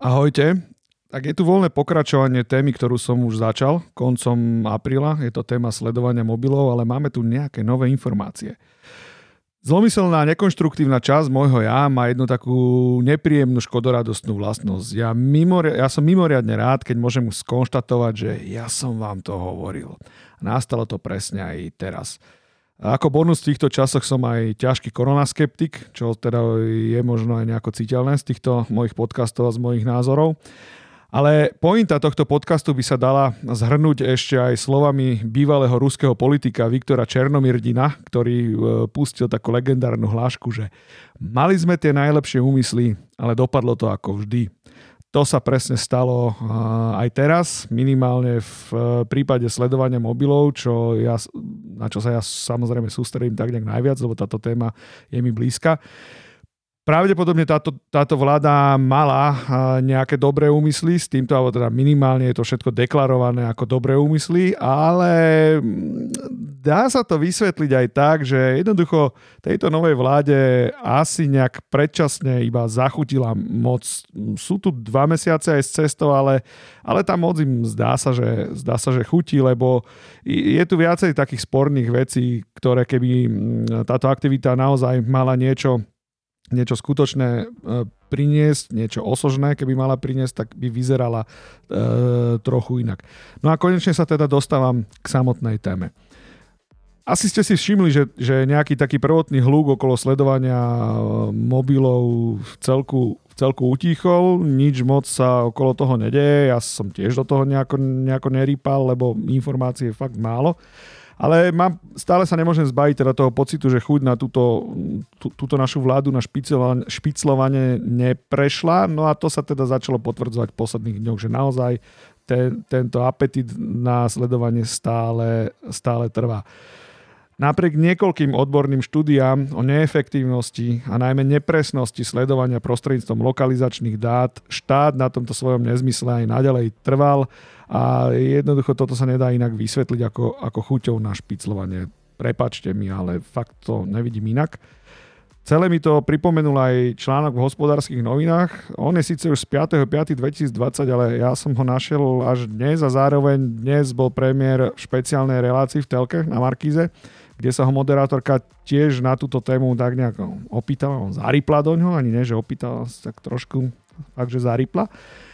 Ahojte. Tak je tu voľné pokračovanie témy, ktorú som už začal koncom apríla. Je to téma sledovania mobilov, ale máme tu nejaké nové informácie. Zlomyselná nekonštruktívna časť môjho ja má jednu takú nepríjemnú škodoradostnú vlastnosť. Ja som mimoriadne rád, keď môžem skonštatovať, že ja som vám to hovoril. Nastalo to presne aj teraz. A ako bonus v týchto časoch som aj ťažký koronaskeptik, čo teda je možno aj nejako citeľné z týchto mojich podcastov a z mojich názorov. Ale pointa tohto podcastu by sa dala zhrnúť ešte aj slovami bývalého ruského politika Viktora Černomyrdina, ktorý pustil takú legendárnu hlášku, že mali sme tie najlepšie úmysly, ale dopadlo to ako vždy. To sa presne stalo aj teraz, minimálne v prípade sledovania mobilov, na čo sa ja samozrejme sústredím tak nejak najviac, lebo táto téma je mi blízka. Pravdepodobne táto vláda mala nejaké dobré úmysly s týmto, alebo teda minimálne je to všetko deklarované ako dobré úmysly, ale dá sa to vysvetliť aj tak, že jednoducho tejto novej vláde asi nejak predčasne iba zachutila moc. Sú tu 2 mesiace aj s cestou, ale tá moc im zdá sa, že chutí, lebo je tu viacej takých sporných vecí, ktoré keby táto aktivita naozaj mala niečo skutočné priniesť, niečo osožné, keby mala priniesť, tak by vyzerala trochu inak. No a konečne sa teda dostávam k samotnej téme. Asi ste si všimli, že nejaký taký prvotný hluk okolo sledovania mobilov v celku utíchol, nič moc sa okolo toho nedeje, ja som tiež do toho nejako nerýpal, lebo informácie je fakt málo. Ale stále sa nemôžem zbaviť teda toho pocitu, že chuť na túto našu vládu na špiclovanie neprešla. No a to sa teda začalo potvrdzovať v posledných dňoch, že naozaj tento apetit na sledovanie stále trvá. Napriek niekoľkým odborným štúdiám o neefektívnosti a najmä nepresnosti sledovania prostredníctvom lokalizačných dát štát na tomto svojom nezmysle aj naďalej trval a jednoducho toto sa nedá inak vysvetliť ako chuťou na špiclovanie. Prepáčte mi, ale fakt to nevidím inak. Celé mi to pripomenul aj článok v Hospodárskych novinách. On je síce už z 5.5.2020, ale ja som ho našiel až dnes a zároveň dnes bol premiér v špeciálnej relácii v telke na Markíze, kde sa ho moderátorka tiež na túto tému tak nejako opýtala. On zaripla do ňoho, ani nie, že opýtala, tak trošku fakt, že zaripla.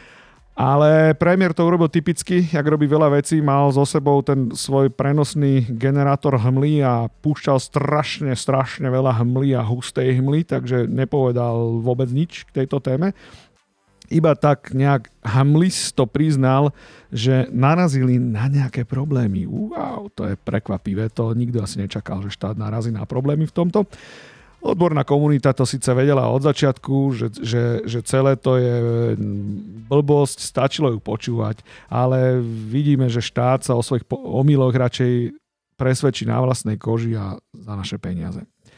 Ale premiér to urobil typicky, jak robí veľa vecí, mal so sebou ten svoj prenosný generátor hmly a púšťal strašne veľa hmly a hustej hmly, takže nepovedal vôbec nič k tejto téme. Iba tak nejak hamlisto priznal, že narazili na nejaké problémy. Wow, to je prekvapivé, to nikto asi nečakal, že štát narazí na problémy v tomto. Odborná komunita to síce vedela od začiatku, že celé to je blbosť, stačilo ju počúvať, ale vidíme, že štát sa o svojich omyloch radšej presvedčí na vlastnej koži a za naše peniaze.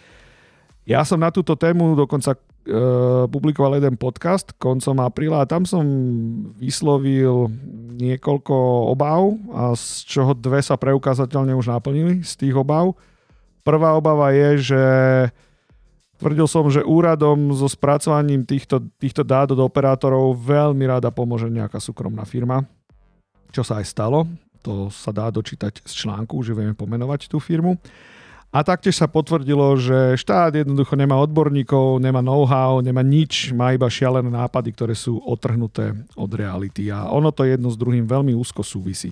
Ja som na túto tému dokonca publikoval jeden podcast koncom apríla a tam som vyslovil niekoľko obáv, a z čoho 2 sa preukázateľne už naplnili z tých obáv. Prvá obava je, že tvrdil som, že úradom so spracovaním týchto dát od operátorov veľmi rada pomôže nejaká súkromná firma, čo sa aj stalo. To sa dá dočítať z článku, že vieme pomenovať tú firmu. A taktiež sa potvrdilo, že štát jednoducho nemá odborníkov, nemá know-how, nemá nič, má iba šialené nápady, ktoré sú odtrhnuté od reality. A ono to jedno s druhým veľmi úzko súvisí.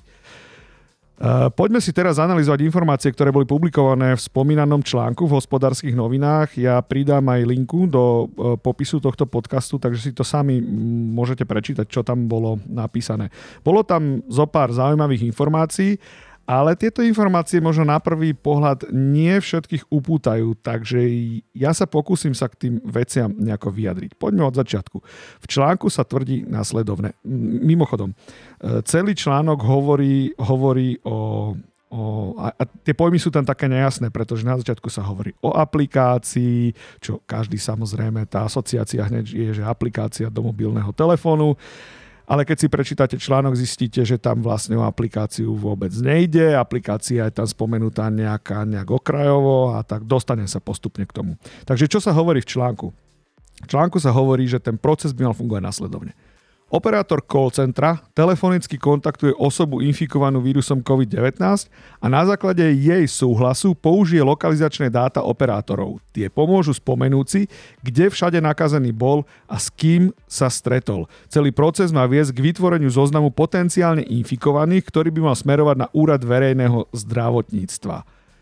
Poďme si teraz analyzovať informácie, ktoré boli publikované v spomínanom článku v Hospodárskych novinách. Ja pridám aj linku do popisu tohto podcastu, takže si to sami môžete prečítať, čo tam bolo napísané. Bolo tam zo pár zaujímavých informácií, ale tieto informácie možno na prvý pohľad nie všetkých upútajú, takže ja sa pokúsim sa k tým veciam nejako vyjadriť. Poďme od začiatku. V článku sa tvrdí následovné. Mimochodom, celý článok hovorí o a tie pojmy sú tam také nejasné, pretože na začiatku sa hovorí o aplikácii, čo každý samozrejme, tá asociácia hneď je, že aplikácia do mobilného telefónu. Ale keď si prečítate článok, zistíte, že tam vlastne o aplikáciu vôbec nejde. Aplikácia je tam spomenutá nejak okrajovo a tak dostanem sa postupne k tomu. Takže čo sa hovorí v článku? V článku sa hovorí, že ten proces by mal fungovať nasledovne. Operátor call centra telefonicky kontaktuje osobu infikovanú vírusom COVID-19 a na základe jej súhlasu použije lokalizačné dáta operátorov. Tie pomôžu spomenúť si, kde všade nakazený bol a s kým sa stretol. Celý proces má viesť k vytvoreniu zoznamu potenciálne infikovaných, ktorý by mal smerovať na Úrad verejného zdravotníctva.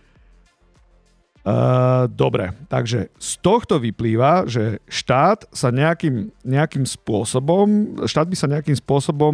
Dobre, takže z tohto vyplýva, že štát by sa nejakým spôsobom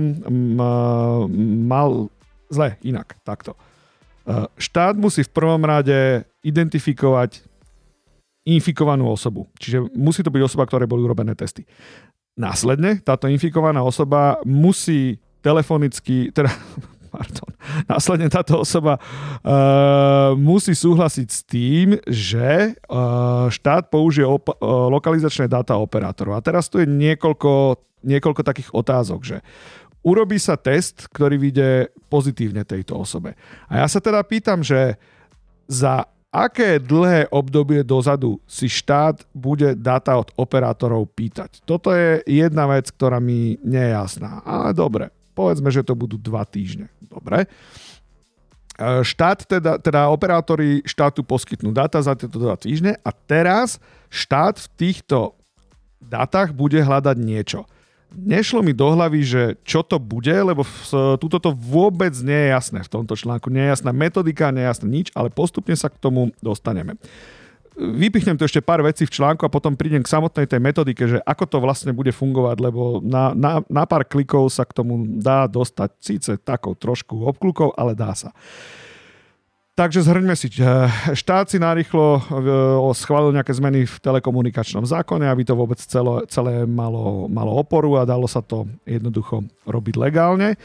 mal inak, takto. Štát musí v prvom rade identifikovať infikovanú osobu. Čiže musí to byť osoba, ktorej boli urobené testy. Následne táto infikovaná osoba musí telefonicky, následne táto osoba musí súhlasiť s tým, že štát použije lokalizačné dáta operátorov. A teraz tu je niekoľko takých otázok, že urobí sa test, ktorý vyjde pozitívne tejto osobe. A ja sa teda pýtam, že za aké dlhé obdobie dozadu si štát bude dáta od operátorov pýtať. Toto je jedna vec, ktorá mi nie je jasná. Ale dobre. Povedzme, že to budú 2 týždne. Dobre. Štát teda operátori štátu poskytnú dáta za tieto 2 týždne a teraz štát v týchto dátach bude hľadať niečo. Nešlo mi do hlavy, že čo to bude, lebo túto to vôbec nie je jasné v tomto článku. Nie je jasná metodika, nie je jasné nič, ale postupne sa k tomu dostaneme. Vypichnem tu ešte pár vecí v článku a potom prídem k samotnej tej metodike, že ako to vlastne bude fungovať, lebo na pár klikov sa k tomu dá dostať síce takou trošku obkľukou, ale dá sa. Takže zhrňme si. Štát si narýchlo schválil nejaké zmeny v telekomunikačnom zákone, aby to vôbec celé malo oporu a dalo sa to jednoducho robiť legálne.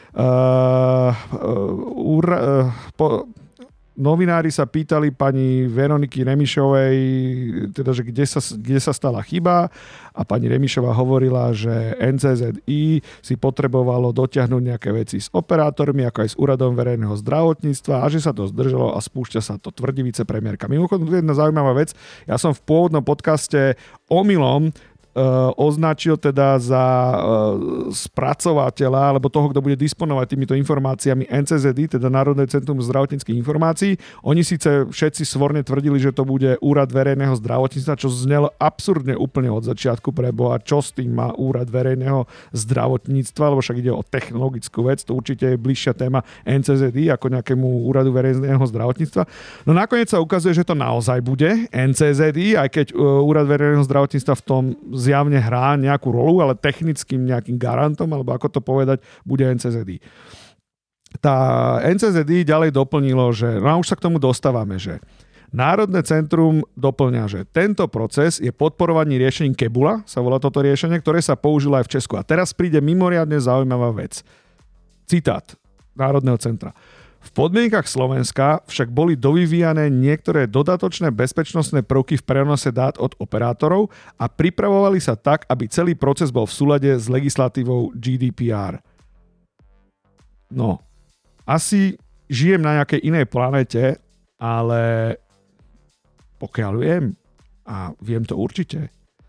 Novinári sa pýtali pani Veroniky Remišovej, teda, že kde sa stala chyba a pani Remišová hovorila, že NCZI si potrebovalo dotiahnuť nejaké veci s operátormi, ako aj s Úradom verejného zdravotníctva a že sa to zdržalo a spúšťa sa to, tvrdí vicepremiérka. Mimochodom, tu je jedna zaujímavá vec. Ja som v pôvodnom podcaste omylom označil teda za spracovateľa alebo toho, kto bude disponovať týmito informáciami NCZI, teda Národné centrum zdravotníckych informácií. Oni síce všetci svorne tvrdili, že to bude Úrad verejného zdravotníctva, čo znelo absurdne úplne od začiatku pre Boha, čo s tým má Úrad verejného zdravotníctva, lebo však ide o technologickú vec, to určite je bližšia téma NCZI ako nejakému Úradu verejného zdravotníctva. No nakoniec sa ukazuje, že to naozaj bude NCZI, aj keď Úrad verejného zdravotníctva v tom zjavne hrá nejakú rolu, ale technickým nejakým garantom, alebo ako to povedať, bude NCZI. Tá NCZI ďalej doplnilo, že už sa k tomu dostávame, že Národné centrum doplňa, že tento proces je podporovaný riešením Kebula, sa volá toto riešenie, ktoré sa použilo aj v Česku. A teraz príde mimoriadne zaujímavá vec. Citát Národného centra. V podmienkach Slovenska však boli dovyvíjané niektoré dodatočné bezpečnostné prvky v prenose dát od operátorov a pripravovali sa tak, aby celý proces bol v súlade s legislatívou GDPR. No, asi žijem na nejakej inej planete, ale pokiaľ viem, a viem to určite,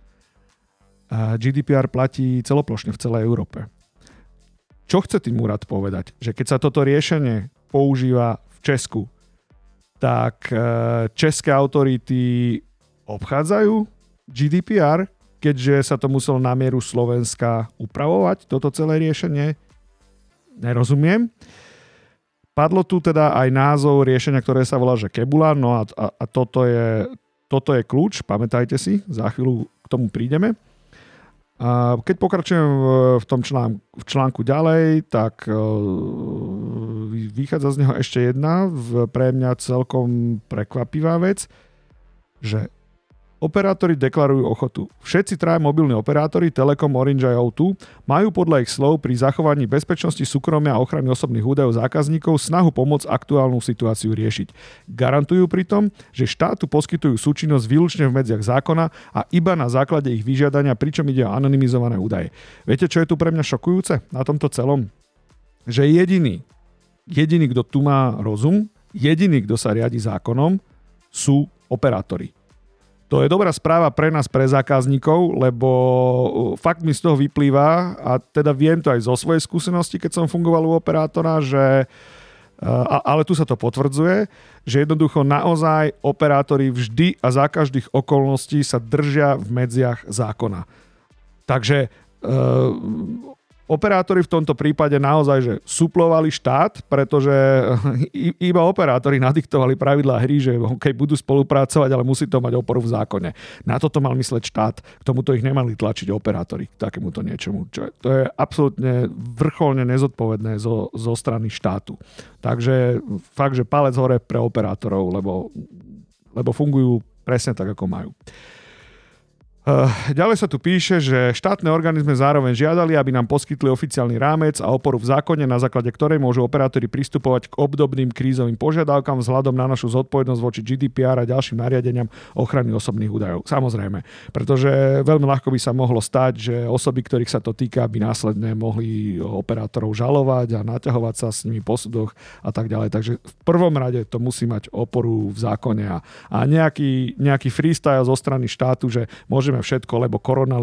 GDPR platí celoplošne v celej Európe. Čo chce tým úrad povedať? Že keď sa toto riešenie používa v Česku, tak české autority obchádzajú GDPR, keďže sa to muselo na mieru Slovenska upravovať, toto celé riešenie. Nerozumiem. Padlo tu teda aj názov riešenia, ktoré sa volá, že Kebula, no a toto je kľúč, pamätajte si, za chvíľu k tomu prídeme. A keď pokračujem v tom článku ďalej, tak vychádza z neho ešte jedna pre mňa celkom prekvapivá vec, že operátori deklarujú ochotu. Všetci traja mobilní operátori Telekom, Orange a O2 majú podľa ich slov pri zachovaní bezpečnosti súkromia a ochrany osobných údajov zákazníkov snahu pomôcť aktuálnu situáciu riešiť. Garantujú pritom, že štátu poskytujú súčinnosť výlučne v medziach zákona a iba na základe ich vyžiadania, pričom ide o anonymizované údaje. Viete, čo je tu pre mňa šokujúce na tomto celom? Že jediný, kto tu má rozum, jediný, kto sa riadi zákonom, sú operátori. To je dobrá správa pre nás, pre zákazníkov, lebo fakt mi z toho vyplýva, a teda viem to aj zo svojej skúsenosti, keď som fungoval u operátora, že ale tu sa to potvrdzuje, že jednoducho naozaj operátori vždy a za každých okolností sa držia v medziach zákona. Takže operátori v tomto prípade naozaj, že suplovali štát, pretože iba operátori nadiktovali pravidlá hry, že okay, budú spolupracovať, ale musí to mať oporu v zákone. Na toto mal mysleť štát, k tomuto ich nemali tlačiť operátori, k takémuto niečomu. To je absolútne vrcholne nezodpovedné zo strany štátu. Takže fakt, že palec hore pre operátorov, lebo fungujú presne tak, ako majú. Ďalej sa tu píše, že štátne organizmy zároveň žiadali, aby nám poskytli oficiálny rámec a oporu v zákone, na základe ktorej môžu operátori pristupovať k obdobným krízovým požiadavkám vzhľadom na našu zodpovednosť voči GDPR a ďalším nariadeniam ochrany osobných údajov. Samozrejme, pretože veľmi ľahko by sa mohlo stať, že osoby, ktorých sa to týka, by následne mohli operátorov žalovať a naťahovať sa s nimi po súdoch a tak ďalej. Takže v prvom rade to musí mať oporu v zákone a nejaký freestyle zo strany štátu, že môžeme všetko, lebo korona.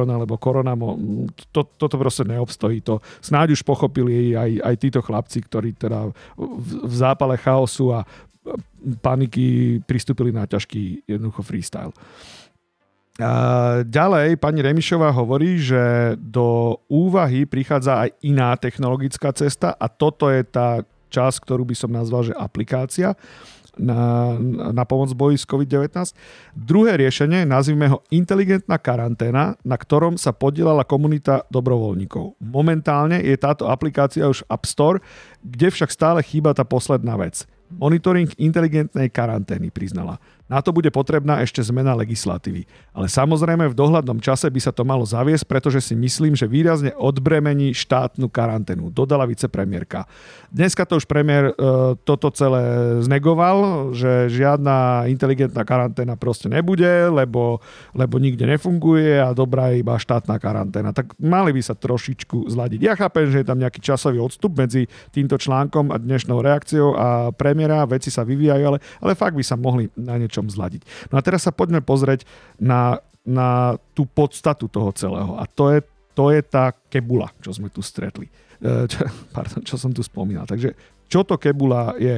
Toto proste neobstojí. To snáď už pochopili aj títo chlapci, ktorí teda v zápale chaosu a paniky pristúpili na ťažký jednoducho freestyle. A ďalej pani Remišová hovorí, že do úvahy prichádza aj iná technologická cesta a toto je tá časť, ktorú by som nazval, že aplikácia na pomoc boji s COVID-19. Druhé riešenie, nazvime ho inteligentná karanténa, na ktorom sa podielala komunita dobrovoľníkov. Momentálne je táto aplikácia už App Store, kde však stále chýba tá posledná vec. Monitoring inteligentnej karantény, priznala. Na to bude potrebná ešte zmena legislatívy. Ale samozrejme v dohľadnom čase by sa to malo zaviesť, pretože si myslím, že výrazne odbremení štátnu karanténu, dodala vicepremiérka. Dneska to už premiér toto celé znegoval, že žiadna inteligentná karanténa proste nebude, lebo nikde nefunguje a dobrá je iba štátna karanténa. Tak mali by sa trošičku zladiť. Ja chápem, že je tam nejaký časový odstup medzi týmto článkom a dnešnou reakciou a premiéra, veci sa vyvíjajú, ale fakt by sa mohli na niečom zladiť. No a teraz sa poďme pozrieť na tú podstatu toho celého. A to je tá kebula, čo sme tu stretli. Čo som tu spomínal. Takže čo to kebula je?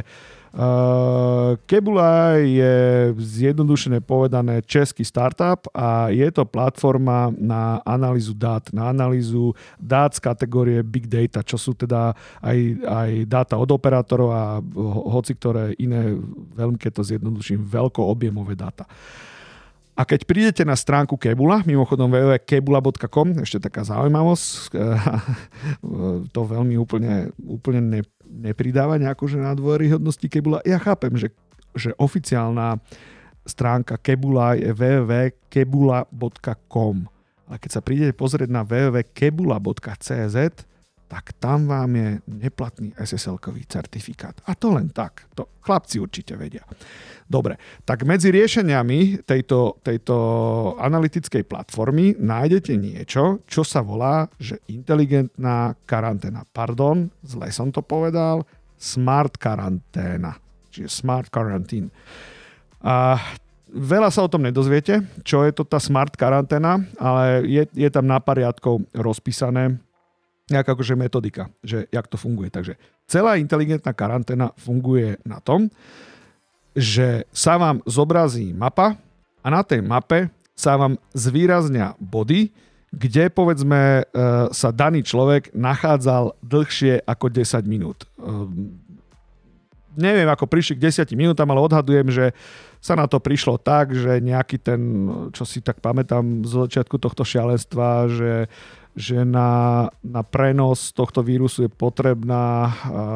Kebula je zjednodušene povedané český startup a je to platforma na analýzu dát. Na analýzu dát z kategórie Big Data, čo sú teda aj dáta od operátorov a hoci ktoré iné, veľmi keď to zjednoduším, veľkoobjemové dáta. A keď prídete na stránku Kebula, mimochodom www.kebula.com, ešte taká zaujímavosť, to veľmi úplne nepridáva nejakú na dôveryhodnosti Kebula. Ja chápem, že oficiálna stránka Kebula je www.kebula.com. Ale keď sa prídete pozrieť na www.kebula.cz, tak tam vám je neplatný SSL-kový certifikát. A to len tak. To chlapci určite vedia. Dobre, tak medzi riešeniami tejto analytickej platformy nájdete niečo, čo sa volá, že inteligentná karanténa. Pardon, zle som to povedal. Smart karanténa. Čiže smart quarantine. A veľa sa o tom nedozviete, čo je to tá smart karanténa, ale je tam na pár riadkov rozpísané nejaká akože metodika, že jak to funguje. Takže celá inteligentná karanténa funguje na tom, že sa vám zobrazí mapa a na tej mape sa vám zvýraznia body, kde povedzme sa daný človek nachádzal dlhšie ako 10 minút. Neviem, ako prišli k 10 minútam, ale odhadujem, že sa na to prišlo tak, že nejaký ten, čo si tak pamätám z začiatku tohto šialenstva, že na prenos tohto vírusu je potrebná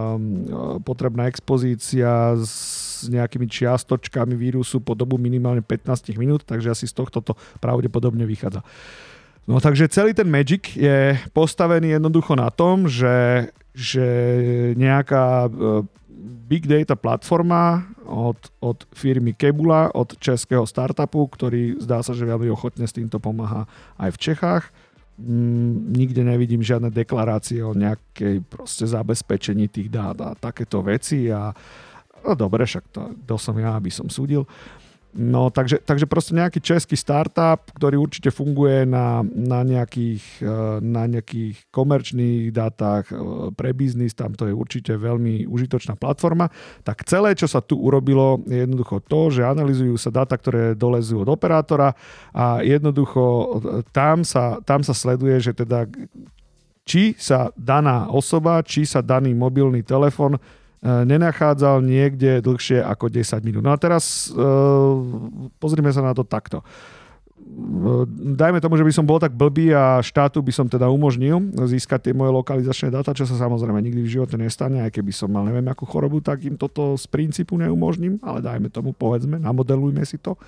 expozícia s nejakými čiastočkami vírusu po dobu minimálne 15 minút, takže asi z tohto to pravdepodobne vychádza. No takže celý ten magic je postavený jednoducho na tom, že nejaká big data platforma od firmy Kebula, od českého startupu, ktorý zdá sa, že veľmi ochotne s týmto pomáha aj v Čechách. Nikde nevidím žiadne deklarácie o nejakej proste zabezpečení tých dát a takéto veci a no dobre, však to som ja, aby som súdil. No, takže proste nejaký český startup, ktorý určite funguje na nejakých komerčných dátach pre biznis, tam to je určite veľmi užitočná platforma. Tak celé, čo sa tu urobilo, je jednoducho to, že analyzujú sa dáta, ktoré dolezú od operátora a jednoducho tam sa sleduje, že teda či sa daná osoba, či sa daný mobilný telefón nenachádzal niekde dlhšie ako 10 minút. No a teraz pozrime sa na to takto. Dajme tomu, že by som bol tak blbý a štátu by som teda umožnil získať tie moje lokalizačné dáta, čo sa samozrejme nikdy v živote nestane, aj keby som mal neviem akú chorobu, tak im toto z princípu neumožním, ale dajme tomu, povedzme, namodelujme si to.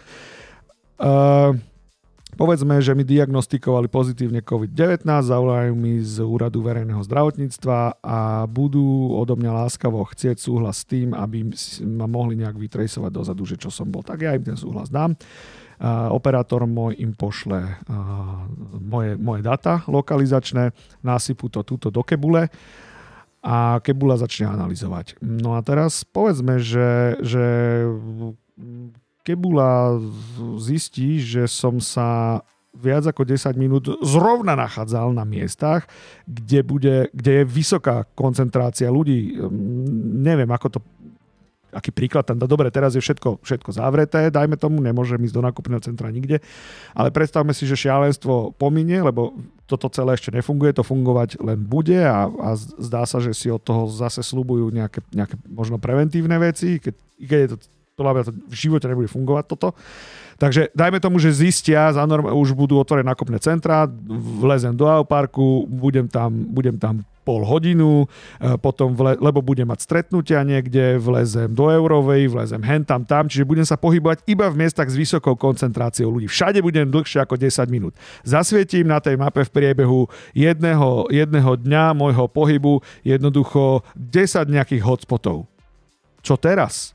Povedzme, že mi diagnostikovali pozitívne COVID-19, zavolajú mi z Úradu verejného zdravotníctva a budú odo mňa láskavo chcieť súhlas s tým, aby ma mohli nejak vytrejsovať dozadu, že čo som bol. Tak ja im ten súhlas dám. Operátor môj im pošle moje data lokalizačné, nasypú to túto do kebule a kebula začne analyzovať. No a teraz povedzme, že kebula zistí, že som sa viac ako 10 minút zrovna nachádzal na miestach, kde je vysoká koncentrácia ľudí. Neviem, aký príklad tam dá. Dobre, teraz je všetko zavreté, dajme tomu, nemôžem ísť do nákupného centra nikde, ale predstavme si, že šialenstvo pominie, lebo toto celé ešte nefunguje, to fungovať len bude a zdá sa, že si od toho zase sľubujú nejaké možno preventívne veci, keď je to v živote nebude fungovať toto. Takže dajme tomu, že zistia, už budú otvorené nákupné centrá, vlezem do Auparku, budem tam pol hodinu, potom lebo budem mať stretnutia niekde, vlezem do Eurovej, vlezem tam, čiže budem sa pohybovať iba v miestach s vysokou koncentráciou ľudí. Všade budem dlhšie ako 10 minút. Zasvietím na tej mape v priebehu jedného dňa môjho pohybu jednoducho 10 nejakých hotspotov. Čo teraz?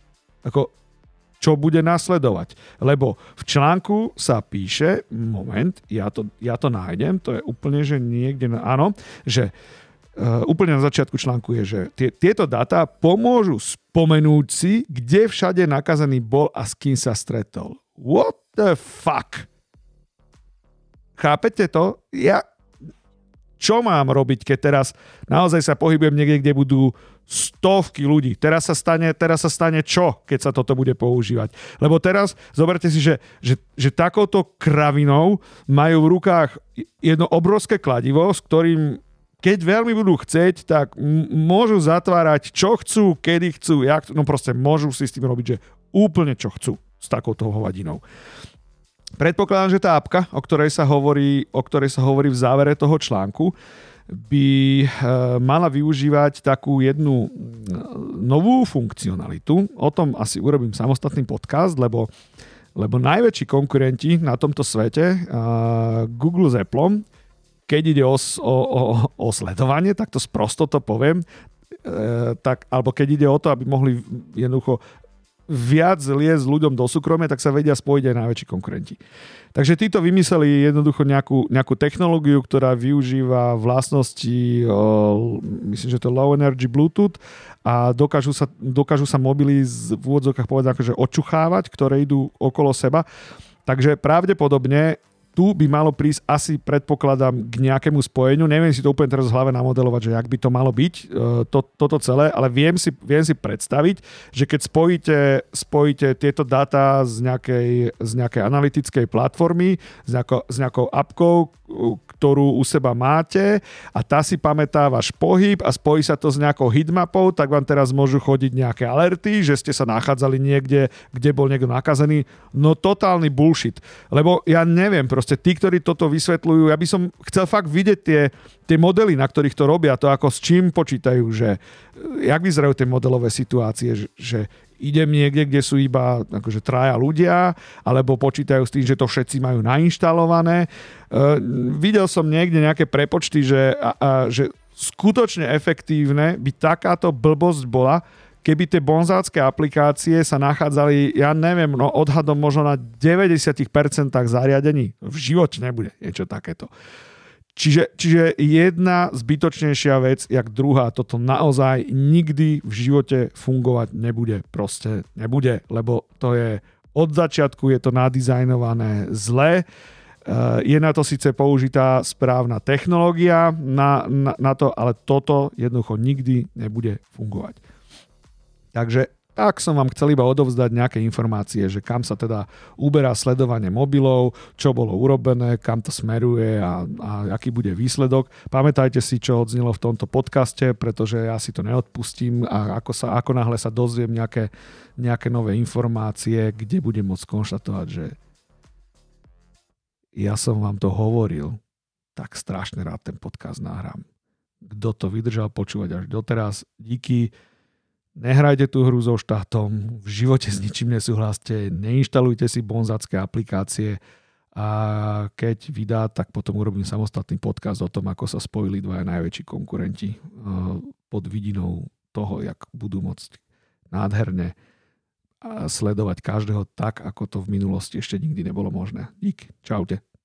Čo bude nasledovať. Lebo v článku sa píše, moment, ja to nájdem, to je úplne, že niekde, áno, že úplne na začiatku článku je, že tieto dáta pomôžu spomenúť si, kde všade nakazený bol a s kým sa stretol. What the fuck? Chápete to? Čo mám robiť, keď teraz naozaj sa pohybujem niekde, kde budú stovky ľudí. Teraz sa stane čo, keď sa toto bude používať? Lebo teraz, zoberte si, že takouto kravinou majú v rukách jedno obrovské kladivo, s ktorým, keď veľmi budú chcieť, tak môžu zatvárať, čo chcú, kedy chcú, no proste môžu si s tým robiť, že úplne čo chcú s takouto hovadinou. Predpokladám, že tá apka, o ktorej sa hovorí v závere toho článku, by mala využívať takú jednu novú funkcionalitu. O tom asi urobím samostatný podcast, lebo najväčší konkurenti na tomto svete, Google s Appleom, keď ide o sledovanie, tak to sprosto to poviem, alebo keď ide o to, aby mohli jednoducho viac liesť ľuďom do súkromia, tak sa vedia spojiť aj najväčší konkurenti. Takže títo vymysleli jednoducho nejakú technológiu, ktorá využíva vlastnosti, myslím, že to low energy Bluetooth a dokážu sa mobily v úvodzovkách povedať akože očuchávať, ktoré idú okolo seba. Takže pravdepodobne tu by malo prísť asi, predpokladám, k nejakému spojeniu. Neviem si to úplne teraz v hlave namodelovať, že jak by to malo byť, toto celé, ale viem si predstaviť, že keď spojíte tieto dáta z nejakej analytickej platformy, s nejakou appkou, ktorú u seba máte a tá si pamätá váš pohyb a spojí sa to s nejakou hitmapou, tak vám teraz môžu chodiť nejaké alerty, že ste sa nachádzali niekde, kde bol niekto nakazený. No totálny bullshit. Lebo ja neviem, proste tí, ktorí toto vysvetľujú, ja by som chcel fakt vidieť tie modely, na ktorých to robia, to ako s čím počítajú, že jak vyzerajú tie modelové situácie, že idem niekde, kde sú iba akože traja ľudia, alebo počítajú s tým, že to všetci majú nainštalované. Videl som niekde nejaké prepočty, že skutočne efektívne by takáto blbosť bola, keby tie bonzácké aplikácie sa nachádzali, ja neviem, odhadom možno na 90% zariadení. V živote nebude niečo takéto. Čiže jedna zbytočnejšia vec, jak druhá, toto naozaj nikdy v živote fungovať nebude. Proste nebude, lebo to je Od začiatku je to nadizajnované zle. Je na to síce použitá správna technológia na to, ale toto jednoducho nikdy nebude fungovať. Takže tak som vám chcel iba odovzdať nejaké informácie, že kam sa teda uberá sledovanie mobilov, čo bolo urobené, kam to smeruje a aký bude výsledok. Pamätajte si, čo odznelo v tomto podcaste, pretože ja si to neodpustím a ako náhle sa dozviem nejaké nové informácie, kde budem môcť konštatovať, že ja som vám to hovoril, tak strašne rád ten podcast nahrám. Kto to vydržal počúvať až doteraz, díky. Nehrajte tú hru so štátom, v živote s ničím nesúhlaste, neinštalujte si bonzácké aplikácie a keď vydá, tak potom urobím samostatný podcast o tom, ako sa spojili dvaja najväčší konkurenti pod vidinou toho, jak budú môcť nádherne sledovať každého tak, ako to v minulosti ešte nikdy nebolo možné. Dík, čaute.